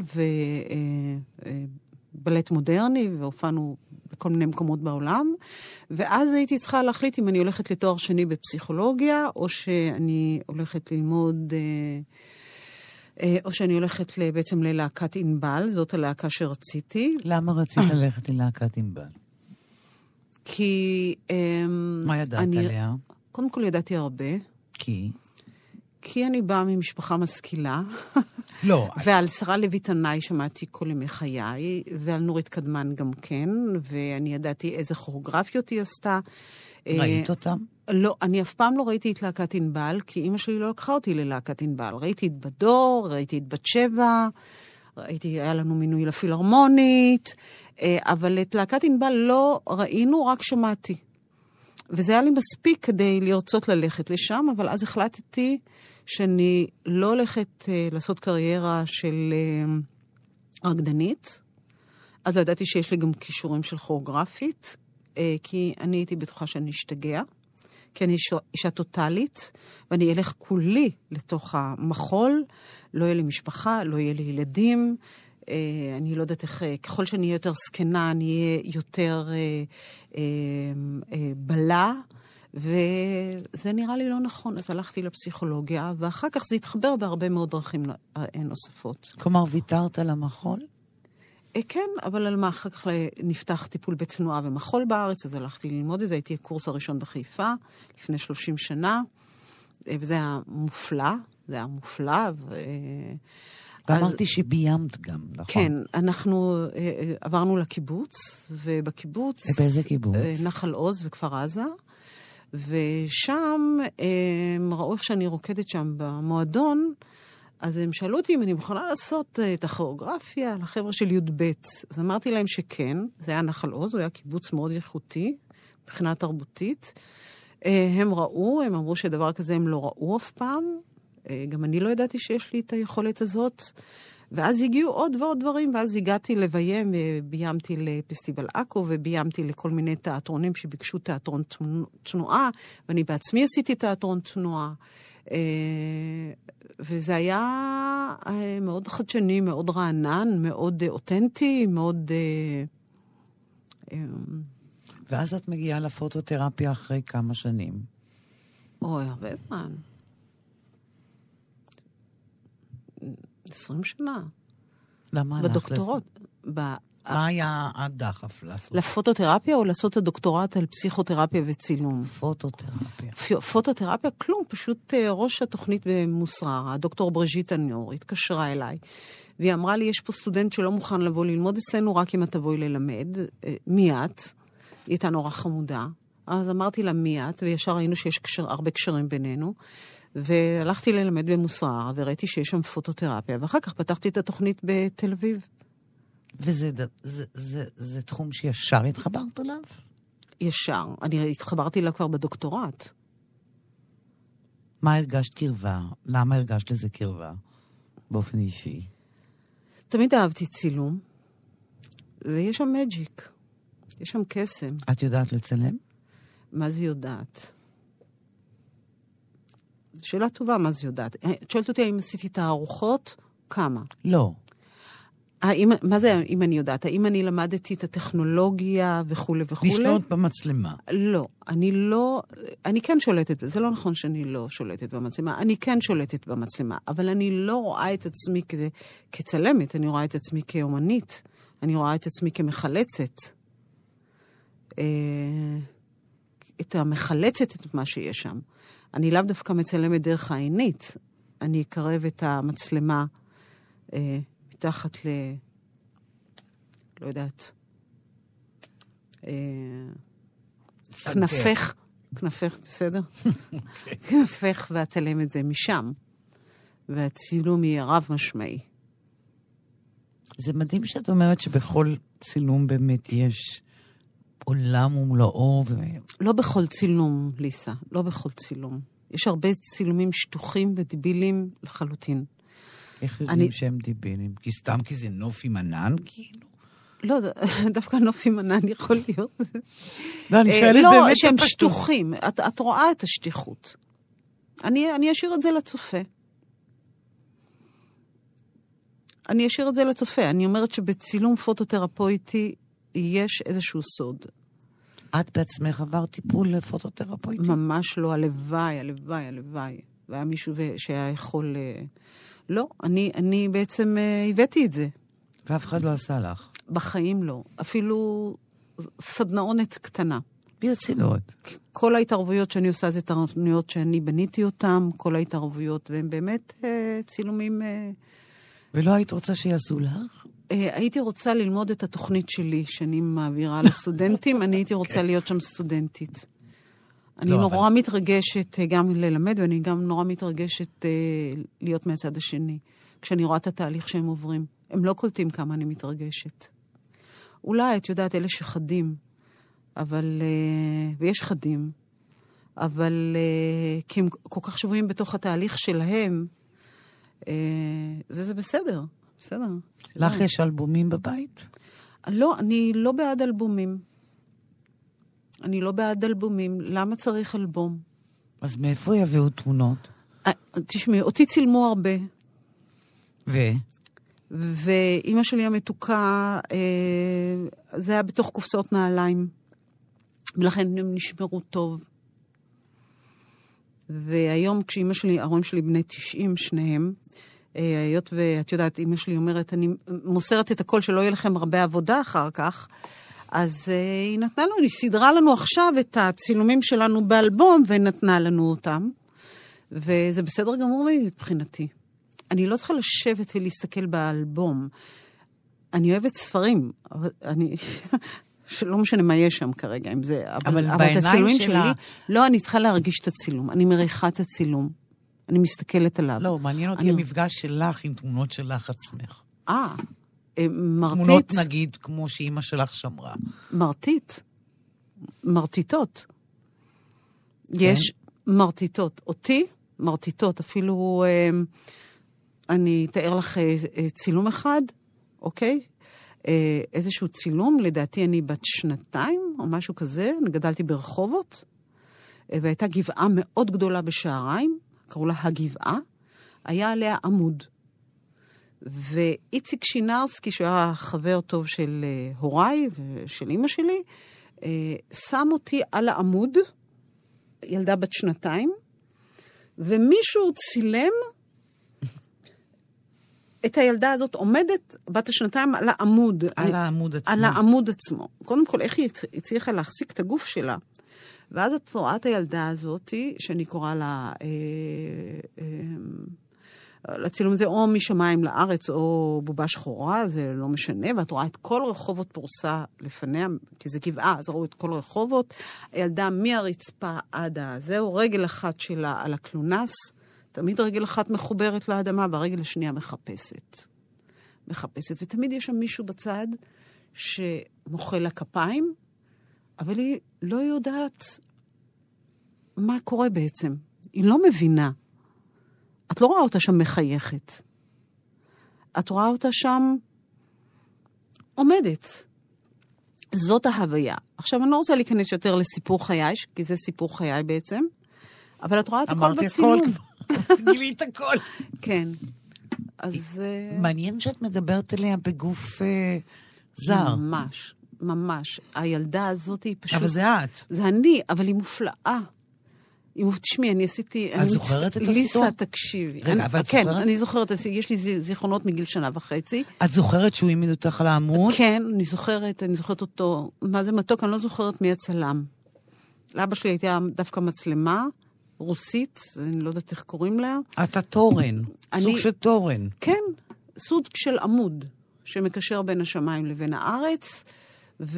ובלט אה, אה, מודרני, והופענו בכל מיני מקומות בעולם, ואז הייתי צריכה להחליט אם אני הולכת לתואר שני בפסיכולוגיה, או שאני הולכת ללמוד, או שאני הולכת בעצם ללהקת ענבל, זאת הלהקה שרציתי. למה רצית ללכת ללהקת ענבל? כי... מה ידעת עליה? קודם כל ידעתי הרבה. כי? כי אני באה ממשפחה משכילה. לא. ועל שרה לויטנאי שמעתי כל ימי חיי, ועל נורית קדמן גם כן, ואני ידעתי איזה כוריאוגרפיות היא עשתה. ראית אותם? לא, אני אף פעם לא ראיתי את להקת ענבל, כי אמא שלי לא לקחה אותי ללהקת ענבל. ראיתי את בדור, ראיתי את בת שבע, ראיתי, היה לנו מינוי לפילהרמונית, אבל את להקת ענבל לא ראינו, רק שמעתי. וזה היה לי מספיק כדי לרצות ללכת לשם, אבל אז החלטתי שאני לא הולכת uh, לעשות קריירה של uh, רקדנית. אז לא ידעתי שיש לי גם קישורים של כוריאוגרפית, כי אני הייתי בטוחה שאני אשתגע, כי אני אישה, אישה טוטלית, ואני אלך כולי לתוך המחול, לא יהיה לי משפחה, לא יהיה לי ילדים, אני לא יודעת איך, ככל שאני אהיה יותר סקנה, אני אהיה יותר אה, אה, אה, בלה, וזה נראה לי לא נכון. אז הלכתי לפסיכולוגיה, ואחר כך זה התחבר בהרבה מאוד דרכים נוספות. כלומר, ויתרת על המחול? כן, אבל על מה אחר כך נפתח טיפול בתנועה ומחול בארץ, אז הלכתי ללמוד את זה, הייתי הקורס הראשון בחיפה, לפני שלושים שנה, וזה היה מופלא, זה היה מופלא, ו... ואמרתי אז... שביימת גם, נכון? כן, אנחנו עברנו לקיבוץ, ובקיבוץ... ובאיזה קיבוץ? נחל עוז וכפר עזה, ושם הם ראו איך שאני רוקדת שם במועדון, אז הם שאלו אותי אם אני מוכנה לעשות את הכוריאוגרפיה לחבר'ה של י' ב'. אז אמרתי להם שכן, זה היה נחל עוז, הוא היה קיבוץ מאוד איכותי, מבחינה תרבותית. הם ראו, הם אמרו שדבר כזה הם לא ראו אף פעם, גם אני לא ידעתי שיש לי את היכולת הזאת, ואז הגיעו עוד ועוד דברים, ואז הגעתי לביים, ביימתי לפסטיבל אקו, וביימתי לכל מיני תיאטרונים שביקשו תיאטרון תנועה, ואני בעצמי עשיתי תיאטרון תנועה. וזה היה מאוד חדשני, מאוד רענן, מאוד אותנטי, מאוד... ואז את מגיעה לפוטותרפיה אחרי כמה שנים? אוי, הרבה זמן. עשרים שנה. למה הלכת? בדוקטורט. ב... מה היה הדחף לעשות? לפוטותרפיה או לעשות את הדוקטורט על פסיכותרפיה וצילום? פוטותרפיה. פ... פוטותרפיה, כלום, פשוט ראש התוכנית במוסררה, הדוקטור בריז'יט אניור, התקשרה אליי, והיא אמרה לי, יש פה סטודנט שלא מוכן לבוא ללמוד אצלנו, רק אם את תבואי ללמד. מי את? היא הייתה נורא חמודה. אז אמרתי לה, מי את? וישר ראינו שיש קשר, הרבה קשרים בינינו. והלכתי ללמד במוסררה, וראיתי שיש שם פוטותרפיה, ואחר כך פתחתי את התוכנית בתל אביב. וזה זה, זה, זה תחום שישר התחברת אליו? ישר. אני התחברתי לה כבר בדוקטורט. מה הרגשת קרבה? למה הרגשת לזה קרבה? באופן אישי. תמיד אהבתי צילום, ויש שם מג'יק. יש שם קסם. את יודעת לצלם? מה זה יודעת? שאלה טובה, מה זה יודעת? את שואלת אותי האם עשיתי את הארוחות? כמה? לא. האם, מה זה אם אני יודעת? האם אני למדתי את הטכנולוגיה וכו' וכו'? לשלוט במצלמה. לא, אני לא, אני כן שולטת, זה לא נכון שאני לא שולטת במצלמה, אני כן שולטת במצלמה, אבל אני לא רואה את עצמי כזה, כצלמת, אני רואה את עצמי כאומנית, אני רואה את עצמי כמחלצת. את המחלצת, את מה שיש שם. אני לאו דווקא מצלמת דרך העינית, אני אקרב את המצלמה אה, מתחת ל... לא יודעת. אה, כנפך, כנפך, בסדר? כנפך ואצלם את זה משם. והצילום יהיה רב משמעי. זה מדהים שאת אומרת שבכל צילום באמת יש עולם ומלואו. ו... לא בכל צילום, ליסה, לא בכל צילום. יש הרבה צילומים שטוחים ודיבילים לחלוטין. איך יודעים אני... שהם דיבילים? כי סתם כי זה נוף עם ענן, כאילו? לא, דווקא נוף עם ענן יכול להיות. לא, אני שואלת לא, באמת... שהם שטוחים. את, את רואה את השטיחות. אני, אני אשאיר את זה לצופה. אני אשאיר את זה לצופה. אני אומרת שבצילום פוטותרפויטי יש איזשהו סוד. את בעצמך עבר טיפול פוטותרפויטי? ממש לא, הלוואי, הלוואי, הלוואי. והיה מישהו שהיה יכול... לא, אני, אני בעצם הבאתי את זה. ואף אחד לא עשה לך? בחיים לא. אפילו סדנאונת קטנה. ברצינות. כל ההתערבויות שאני עושה זה התערבויות שאני בניתי אותן, כל ההתערבויות, והם באמת צילומים... ולא היית רוצה שיעשו לך? הייתי רוצה ללמוד את התוכנית שלי, שאני מעבירה לסטודנטים, אני הייתי רוצה להיות שם סטודנטית. אני נורא מתרגשת גם ללמד, ואני גם נורא מתרגשת להיות מהצד השני. כשאני רואה את התהליך שהם עוברים. הם לא קולטים כמה אני מתרגשת. אולי, את יודעת, אלה שחדים, אבל... ויש חדים, אבל... כי הם כל כך שבועים בתוך התהליך שלהם, וזה בסדר. בסדר. לך יש אלבומים בבית? לא, אני לא בעד אלבומים. אני לא בעד אלבומים. למה צריך אלבום? אז מאיפה יביאו תמונות? תשמעי, אותי צילמו הרבה. ו? ואימא שלי המתוקה, אה, זה היה בתוך קופסאות נעליים. ולכן הם נשמרו טוב. והיום כשאימא שלי, ההורים שלי בני תשעים, שניהם, היות ואת יודעת, אימא שלי אומרת, אני מוסרת את הכל שלא יהיה לכם הרבה עבודה אחר כך, אז היא נתנה לנו, היא סדרה לנו עכשיו את הצילומים שלנו באלבום, ונתנה לנו אותם. וזה בסדר גמור מבחינתי. אני לא צריכה לשבת ולהסתכל באלבום. אני אוהבת ספרים, אבל אני... שלא משנה מה יש שם כרגע, אם זה... אבל, אבל בעיניים הצילומים שלה... שלי, לא, אני צריכה להרגיש את הצילום. אני מריחה את הצילום. אני מסתכלת עליו. לא, מעניין אותי אני... המפגש שלך עם תמונות שלך עצמך. אה, מרתית. תמונות נגיד, כמו שאימא שלך שמרה. מרתית. מרתיתות. כן? יש מרתיתות. אותי, מרתיתות. אפילו, אה, אני אתאר לך אה, צילום אחד, אוקיי? אה, איזשהו צילום, לדעתי אני בת שנתיים, או משהו כזה. אני גדלתי ברחובות, אה, והייתה גבעה מאוד גדולה בשעריים, קראו לה הגבעה, היה עליה עמוד. ואיציק שינרסקי, שהוא היה חבר טוב של uh, הוריי ושל אמא שלי, uh, שם אותי על העמוד, ילדה בת שנתיים, ומישהו צילם את הילדה הזאת עומדת בת השנתיים על העמוד. על העמוד עצמו. על העמוד עצמו. קודם כל, איך היא הצליחה להחזיק את הגוף שלה? ואז את רואה את הילדה הזאת, שאני קוראה לה, אה, אה, לצילום הזה, או משמיים לארץ, או בובה שחורה, זה לא משנה, ואת רואה את כל רחובות פורסה לפניה, כי זה גבעה, אז ראו את כל רחובות, הילדה מהרצפה עד הזהו, רגל אחת שלה על הקלונס, תמיד רגל אחת מחוברת לאדמה, והרגל השנייה מחפשת. מחפשת, ותמיד יש שם מישהו בצד, שמוחא לה כפיים, אבל היא לא יודעת מה קורה בעצם. היא לא מבינה. את לא רואה אותה שם מחייכת. את רואה אותה שם עומדת. זאת ההוויה. עכשיו, אני לא רוצה להיכנס יותר לסיפור חיי, כי זה סיפור חיי בעצם, אבל את רואה את הכל בצילום. אמרתי הכל כבר. גילית הכל. כן. אז... מעניין שאת מדברת אליה בגוף זר. ממש. ממש. הילדה הזאת היא פשוט... אבל זה את. זה אני, אבל היא מופלאה. היא מופלאה. תשמעי, אני עשיתי... את זוכרת את הסיטואציה? ליסה, תקשיבי. רגע, אבל את כן, זוכרת? אני זוכרת. יש לי זיכרונות מגיל שנה וחצי. את זוכרת שהוא העמיד אותך על העמוד? כן, אני זוכרת, אני זוכרת אותו. מה זה מתוק? אני לא זוכרת מי הצלם. לאבא שלי הייתה דווקא מצלמה, רוסית, אני לא יודעת איך קוראים לה. אתה תורן. סוג של תורן. כן, סוג של עמוד, שמקשר בין השמיים לבין הארץ, ו...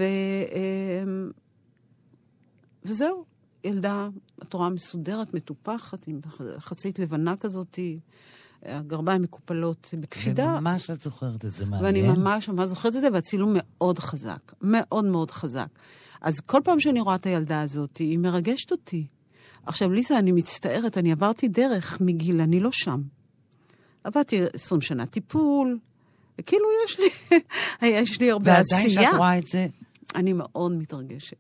וזהו, ילדה, התורה מסודרת, מטופחת, עם חצאית לבנה כזאת, הגרביים מקופלות בקפידה. וממש את זוכרת את זה, מעניין. ואני ממש ממש זוכרת את זה, והצילום מאוד חזק, מאוד מאוד חזק. אז כל פעם שאני רואה את הילדה הזאת, היא מרגשת אותי. עכשיו, ליסה, אני מצטערת, אני עברתי דרך מגיל, אני לא שם. עברתי עשרים שנה טיפול, וכאילו יש לי, יש לי הרבה עשייה. ועדיין שאת רואה את זה? אני מאוד מתרגשת.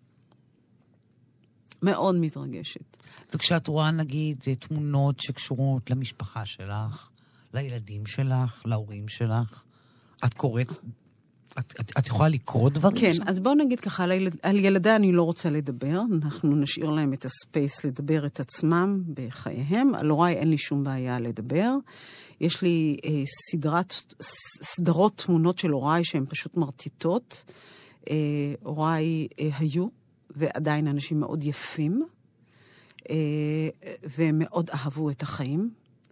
מאוד מתרגשת. וכשאת רואה, נגיד, תמונות שקשורות למשפחה שלך, לילדים שלך, להורים שלך, את קוראת, את, את, את יכולה לקרוא דברים? כן, שם? אז בואו נגיד ככה, על, הילד, על ילדי אני לא רוצה לדבר, אנחנו נשאיר להם את הספייס לדבר את עצמם בחייהם, על הוריי אין לי שום בעיה לדבר. יש לי אה, סדרת, סדרות תמונות של הוריי שהן פשוט מרטיטות. אה, הוריי אה, היו, ועדיין אנשים מאוד יפים, אה, והם מאוד אהבו את החיים.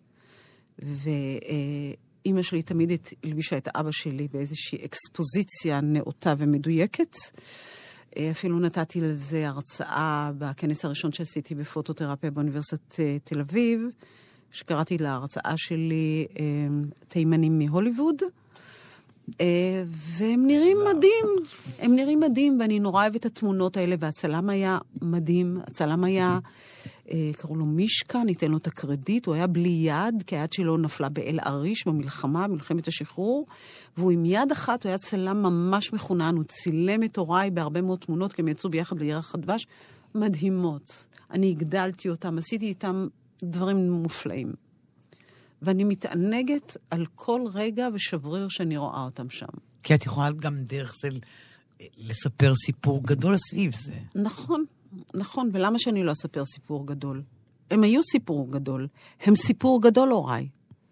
ואימא שלי תמיד הלבישה את האבא שלי באיזושהי אקספוזיציה נאותה ומדויקת. אפילו נתתי לזה הרצאה בכנס הראשון שעשיתי בפוטותרפיה באוניברסיטת תל אביב, שקראתי להרצאה שלי תימנים מהוליווד. והם נראים מדהים, הם נראים מדהים, ואני נורא אוהבת את התמונות האלה, והצלם היה מדהים, הצלם היה, קראו לו מישקה, ניתן לו את הקרדיט, הוא היה בלי יד, כי היד שלו נפלה באל עריש במלחמה, במלחמת השחרור, והוא עם יד אחת, הוא היה צלם ממש מכונן, הוא צילם את הוריי בהרבה מאוד תמונות, כי הם יצאו ביחד לירח הדבש, מדהימות. אני הגדלתי אותם, עשיתי איתם דברים מופלאים. ואני מתענגת על כל רגע ושבריר שאני רואה אותם שם. כי את יכולה גם דרך זה לספר סיפור גדול סביב זה. נכון, נכון. ולמה שאני לא אספר סיפור גדול? הם היו סיפור גדול. הם סיפור גדול, הוריי.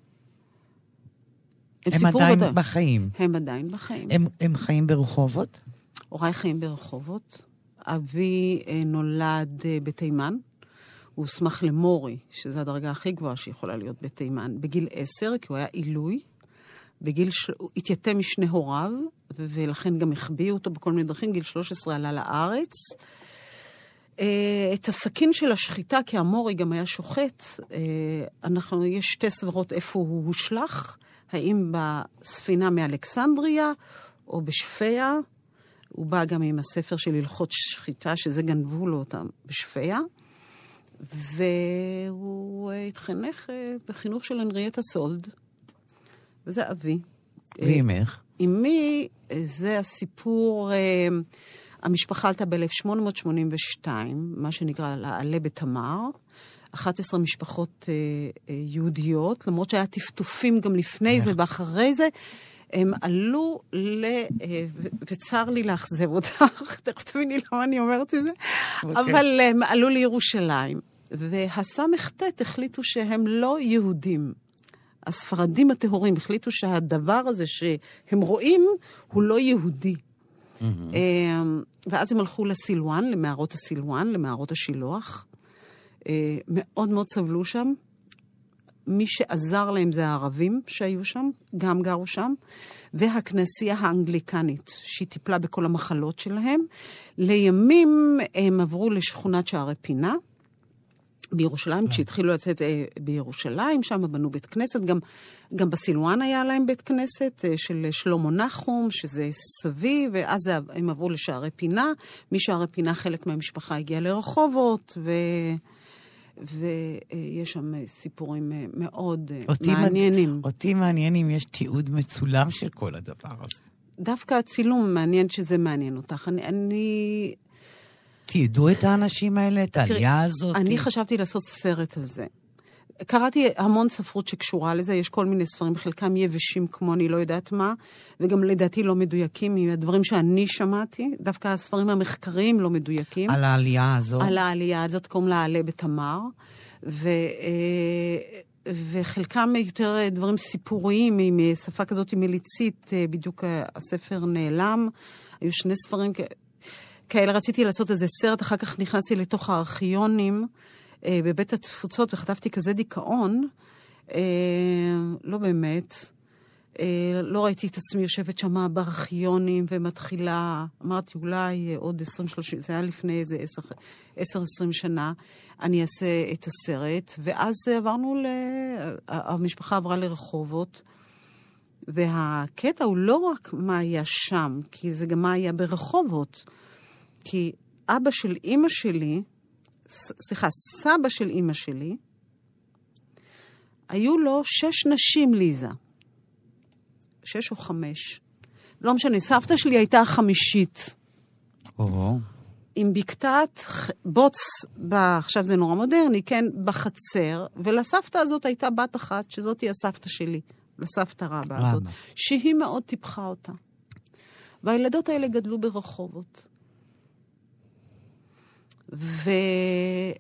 הם, הם עדיין גדול. בחיים. הם עדיין בחיים. הם, הם חיים ברחובות? הוריי חיים ברחובות. אבי נולד בתימן. הוא הוסמך למורי, שזו הדרגה הכי גבוהה שיכולה להיות בתימן, בגיל עשר, כי הוא היה עילוי. בגיל של... הוא התייתם משני הוריו, ולכן גם החביאו אותו בכל מיני דרכים. גיל שלוש עשרה עלה לארץ. את הסכין של השחיטה, כי המורי גם היה שוחט, אנחנו, יש שתי סברות איפה הוא הושלח, האם בספינה מאלכסנדריה, או בשפיה. הוא בא גם עם הספר של הלכות שחיטה, שזה גנבו לו אותם בשפיה. והוא התחנך בחינוך של הנרייטה סולד, וזה אבי. ואימך? אמי, זה הסיפור, המשפחה עלתה ב-אלף שמונה מאות שמונים ושתיים, מה שנקרא לעלה בתמר, אחת עשרה משפחות יהודיות, למרות שהיה טפטופים גם לפני זה ואחרי זה, הם עלו ל... וצר לי לאכזב אותך, תכף תביני למה אני אומרת את זה, אבל הם עלו לירושלים. והסמכתת החליטו שהם לא יהודים. הספרדים הטהורים החליטו שהדבר הזה שהם רואים הוא לא יהודי. Mm-hmm. ואז הם הלכו לסילואן, למערות הסילואן, למערות השילוח. מאוד מאוד סבלו שם. מי שעזר להם זה הערבים שהיו שם, גם גרו שם, והכנסייה האנגליקנית, שהיא טיפלה בכל המחלות שלהם. לימים הם עברו לשכונת שערי פינה, בירושלים, כשהתחילו לצאת אה, בירושלים, שם בנו בית כנסת, גם, גם בסילואן היה להם בית כנסת אה, של שלמה נחום, שזה סבי, ואז הם עברו לשערי פינה, משערי פינה חלק מהמשפחה הגיע לרחובות, ו... ויש שם סיפורים מאוד מעניינים. אותי מעניין אם יש תיעוד מצולם של כל הדבר הזה. דווקא הצילום מעניין שזה מעניין אותך. אני... אני... תיעדו את האנשים האלה, את העלייה הזאת? אני חשבתי לעשות סרט על זה. קראתי המון ספרות שקשורה לזה, יש כל מיני ספרים, חלקם יבשים כמו אני לא יודעת מה, וגם לדעתי לא מדויקים, מהדברים שאני שמעתי, דווקא הספרים המחקריים לא מדויקים. על העלייה הזאת? על העלייה הזאת, קוראים לה עלה בתמר, ו... וחלקם יותר דברים סיפוריים, עם שפה כזאת מליצית, בדיוק הספר נעלם, היו שני ספרים כאלה, רציתי לעשות איזה סרט, אחר כך נכנסתי לתוך הארכיונים, בבית התפוצות, וכתבתי כזה דיכאון, לא באמת, לא ראיתי את עצמי יושבת שמה בארכיונים, ומתחילה, אמרתי אולי עוד עשרים שלושים, זה היה לפני איזה עשר עשרים שנה, אני אעשה את הסרט, ואז עברנו, המשפחה עברה לרחובות, והקטע הוא לא רק מה היה שם, כי זה גם מה היה ברחובות, כי אבא של אמא שלי, סליחה, סבא של אמא שלי, היו לו שש נשים, ליזה. שש או חמש. לא משנה, סבתא שלי הייתה החמישית. או. עם בקתת בוץ, עכשיו זה נורא מודרני, כן, בחצר, ולסבתא הזאת הייתה בת אחת, שזאת היא הסבתא שלי, לסבתא רבא הזאת, שהיא מאוד טיפחה אותה. והילדות האלה גדלו ברחובות. ואני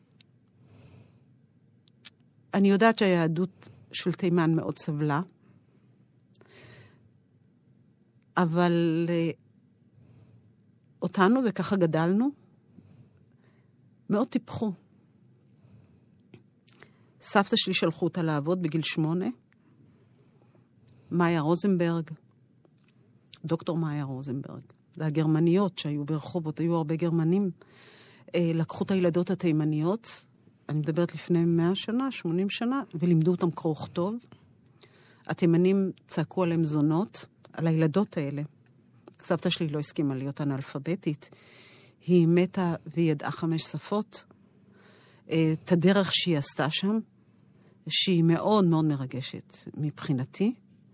יודעת שהיהדות של תימן מאוד סבלה, אבל אותנו, וככה גדלנו, מאוד טיפחו. סבתא שלי שלחו אותה לעבוד בגיל שמונה, מאיה רוזנברג, דוקטור מאיה רוזנברג. זה הגרמניות שהיו ברחובות, היו הרבה גרמנים, לקחו את הילדות התימניות, אני מדברת לפני מאה שנה, שמונים שנה, ולימדו אותם קרוא וכתוב. התימנים צעקו עליהם זונות, על הילדות האלה. סבתא שלי לא הסכימה להיות אנאלפביתית. היא מתה והיא ידעה חמש שפות. את הדרך שהיא עשתה שם, שהיא מאוד מאוד מרגשת מבחינתי.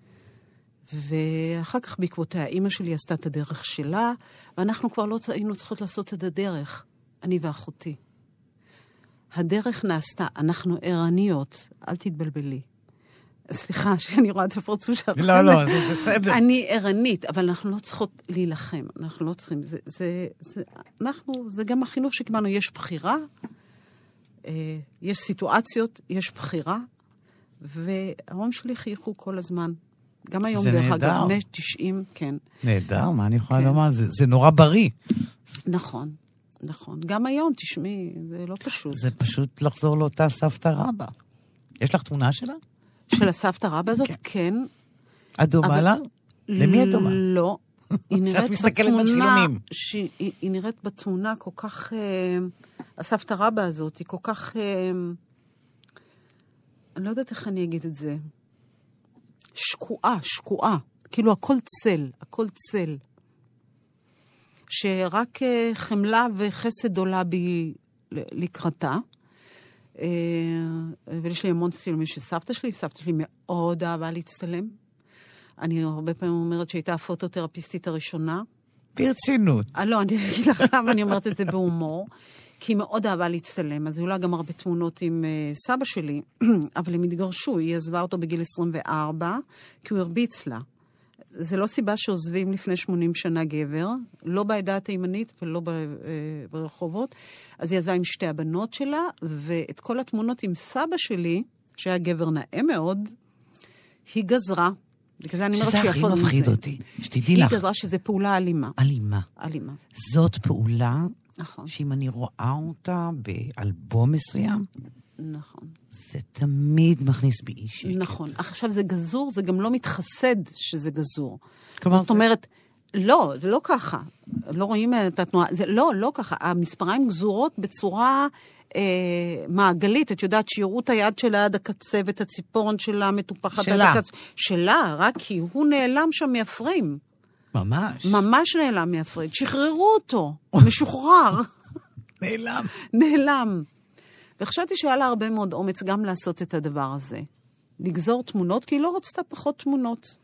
ואחר כך בעקבותיה, אמא שלי עשתה את הדרך שלה, ואנחנו כבר לא היינו צריכות לעשות את הדרך, אני ואחותי. הדרך נעשתה, אנחנו ערניות, אל תתבלבלי. סליחה, שאני רואה את הפרצוף שלך. לא, לא, זה בסדר. אני ערנית, אבל אנחנו לא צריכות להילחם, אנחנו לא צריכים, זה, זה, זה, אנחנו, זה גם החינוך שקיבלנו, יש בחירה, אה, יש סיטואציות, יש בחירה, וההורים שלי חייכו כל הזמן. גם היום, דרך אגב, בני תשעים, כן. נהדר, מה אני יכולה לומר? זה נורא בריא. נכון, נכון. גם היום, תשמעי, זה לא פשוט. זה פשוט לחזור לאותה סבתא רבא. יש לך תמונה שלה? של הסבתא רבא הזאת, כן. את דומה לה? למי את דומה? לא. היא נראית בתמונה, היא נראית בתמונה כל כך, הסבתא רבא הזאת, היא כל כך, אני לא יודעת איך אני אגיד את זה. שקועה, שקועה. כאילו הכל צל, הכל צל. שרק חמלה וחסד עולה בי לקראתה. ויש לי המון צילומים של סבתא שלי. סבתא שלי מאוד אהבה להצטלם. אני הרבה פעמים אומרת שהייתה הפוטותרפיסטית הראשונה. ברצינות. לא, אני אגיד לך למה אני אומרת את זה בהומור. כי היא מאוד אהבה להצטלם, אז היא עולה גם הרבה תמונות עם uh, סבא שלי, אבל הם התגרשו, היא עזבה אותו בגיל עשרים וארבע, כי הוא הרביץ לה. זה לא סיבה שעוזבים לפני שמונים שנה גבר, לא בעדה התימנית ולא ב, uh, ברחובות, אז היא עזבה עם שתי הבנות שלה, ואת כל התמונות עם סבא שלי, שהיה גבר נאה מאוד, היא גזרה. בגלל אני אומרת שזה הכי מפחיד אותי, שתדעי לך. היא גזרה שזה פעולה אלימה. אלימה. אלימה. זאת פעולה, נכון. שאם אני רואה אותה באלבום מסוים, נכון. זה תמיד מכניס בי אי שקט. נכון. עכשיו זה גזור, זה גם לא מתחסד שזה גזור. כלומר, זאת אומרת, לא, זה לא ככה. לא רואים את התנועה. זה לא, לא ככה. המספריים גזורות בצורה אה, מעגלית. את יודעת, שיראו את היד שלה עד הקצה ואת הציפורן שלה מטופחת שלה. עד הקצה. שלה, רק כי הוא נעלם שם מהפריים. ממש. ממש נעלם מהפריד. שחררו אותו. משוחרר. נעלם. נעלם. וחשבתי שהיה לה הרבה מאוד אומץ גם לעשות את הדבר הזה. לגזור תמונות, כי היא לא רצתה פחות תמונות.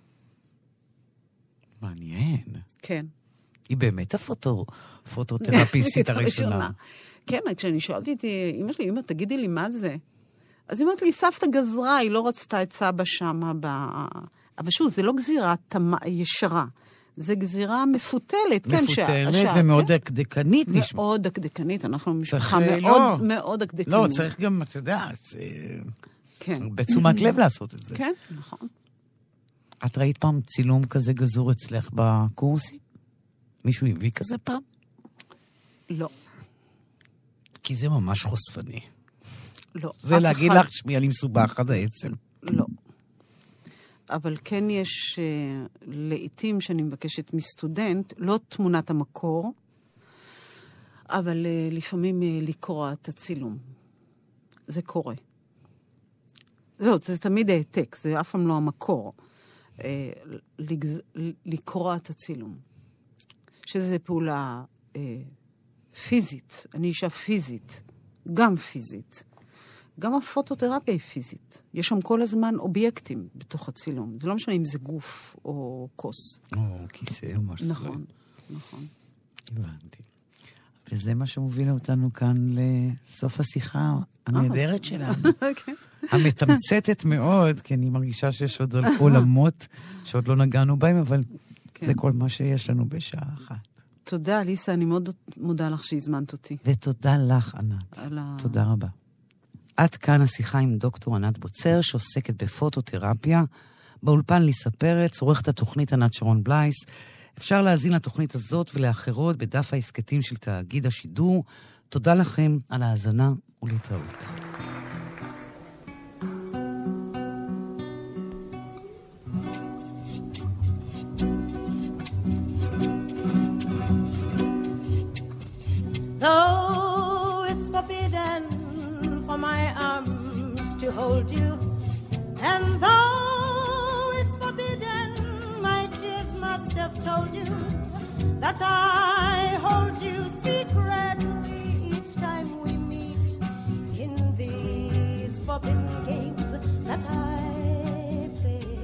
מעניין. כן. היא באמת הפוטו, פוטותרפיסטית הראשונה. כן, כשאני שאלתי את אמא שלי, אמא, תגידי לי מה זה? אז היא אומרת לי, סבתא גזרה, היא לא רצתה את סבא שמה ב... אבל שוב, זה לא גזירה תמה, ישרה. זה גזירה מפותלת, כן, מפותלת ומאוד דקדקנית נשמע. מאוד דקדקנית, אנחנו משפחה מאוד מאוד דקדקנית. לא, צריך גם, אתה יודע, בתשומת לב לעשות את זה. כן, נכון. את ראית פעם צילום כזה גזור אצלך בקורסים? מישהו הביא כזה פעם? לא. כי זה ממש חושפני. לא. זה להגיד לך שמי אני מסובך עד העצם. לא. אבל כן יש uh, לעתים שאני מבקשת מסטודנט, לא תמונת המקור, אבל uh, לפעמים uh, לקרוא את הצילום. זה קורה. לא, זה תמיד העתק, זה אף פעם לא המקור. Uh, לגז... לקרוא את הצילום. שזה פעולה uh, פיזית. אני אישה פיזית. גם פיזית. גם הפוטותרפיה היא פיזית. יש שם כל הזמן אובייקטים בתוך הצילום. זה לא משנה אם זה גוף או כוס. או כיסא או משהו. נכון, נכון. הבנתי. וזה מה שמוביל אותנו כאן לסוף השיחה הנהדרת שלנו. המתמצתת מאוד, כי אני מרגישה שיש עוד עולמות שעוד לא נגענו בהם, אבל זה כל מה שיש לנו בשעה אחת. תודה, ליסה, אני מאוד מודה לך שהזמנת אותי. ותודה לך, ענת. תודה רבה. עד כאן השיחה עם דוקטור ענת בוצר, שעוסקת בפוטותרפיה. באולפן ליסה פרץ, עורכת התוכנית ענת שרון בלייס. אפשר להזין לתוכנית הזאת ולאחרות בדף העסקתים של תאגיד השידור. תודה לכם על ההאזנה ולהתראות. Though it's forbidden for my arms to hold you, and though it's forbidden my tears have told you that I hold you secretly each time we meet in these forbidden games that I play.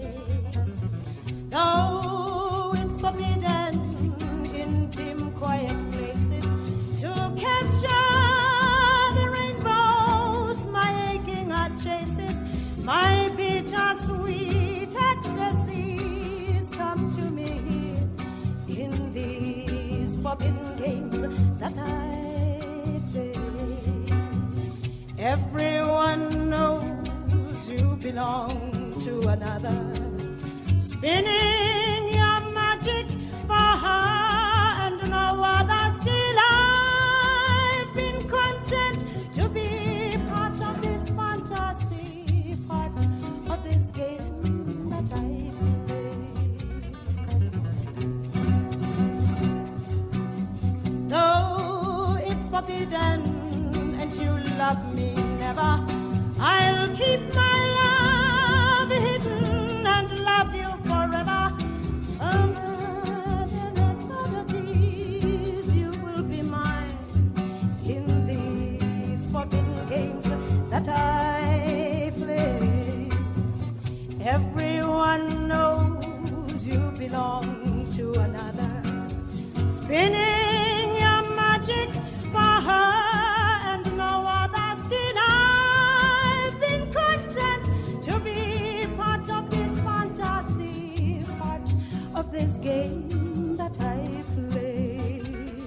Though it's forbidden in dim, quiet places to capture the rainbows, my aching heart chases, my bittersweet ecstasies come to me in these forbidden games that I play. Everyone knows you belong to another, spinning your magic for her and no other. Still I've been content to be part of this fantasy, part of this game that I play. Though it's forbidden and you love me never, I'll keep my love hidden and love you forever. Eternities, you will be mine in these forbidden games that I play. Everyone knows you belong to another, spinning your magic for her and no other. Still I've been content to be part of this fantasy, part of this game that I play.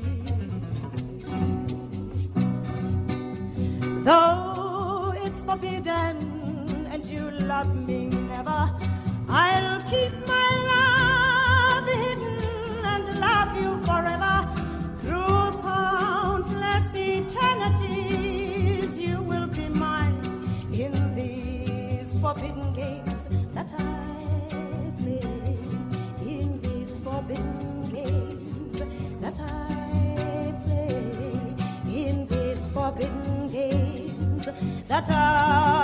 Though it's forbidden and you love me never, I'll keep my love hidden and love you forever. Through countless eternities, you will be mine in these forbidden games that I play. In these forbidden games that I play. In these forbidden games that I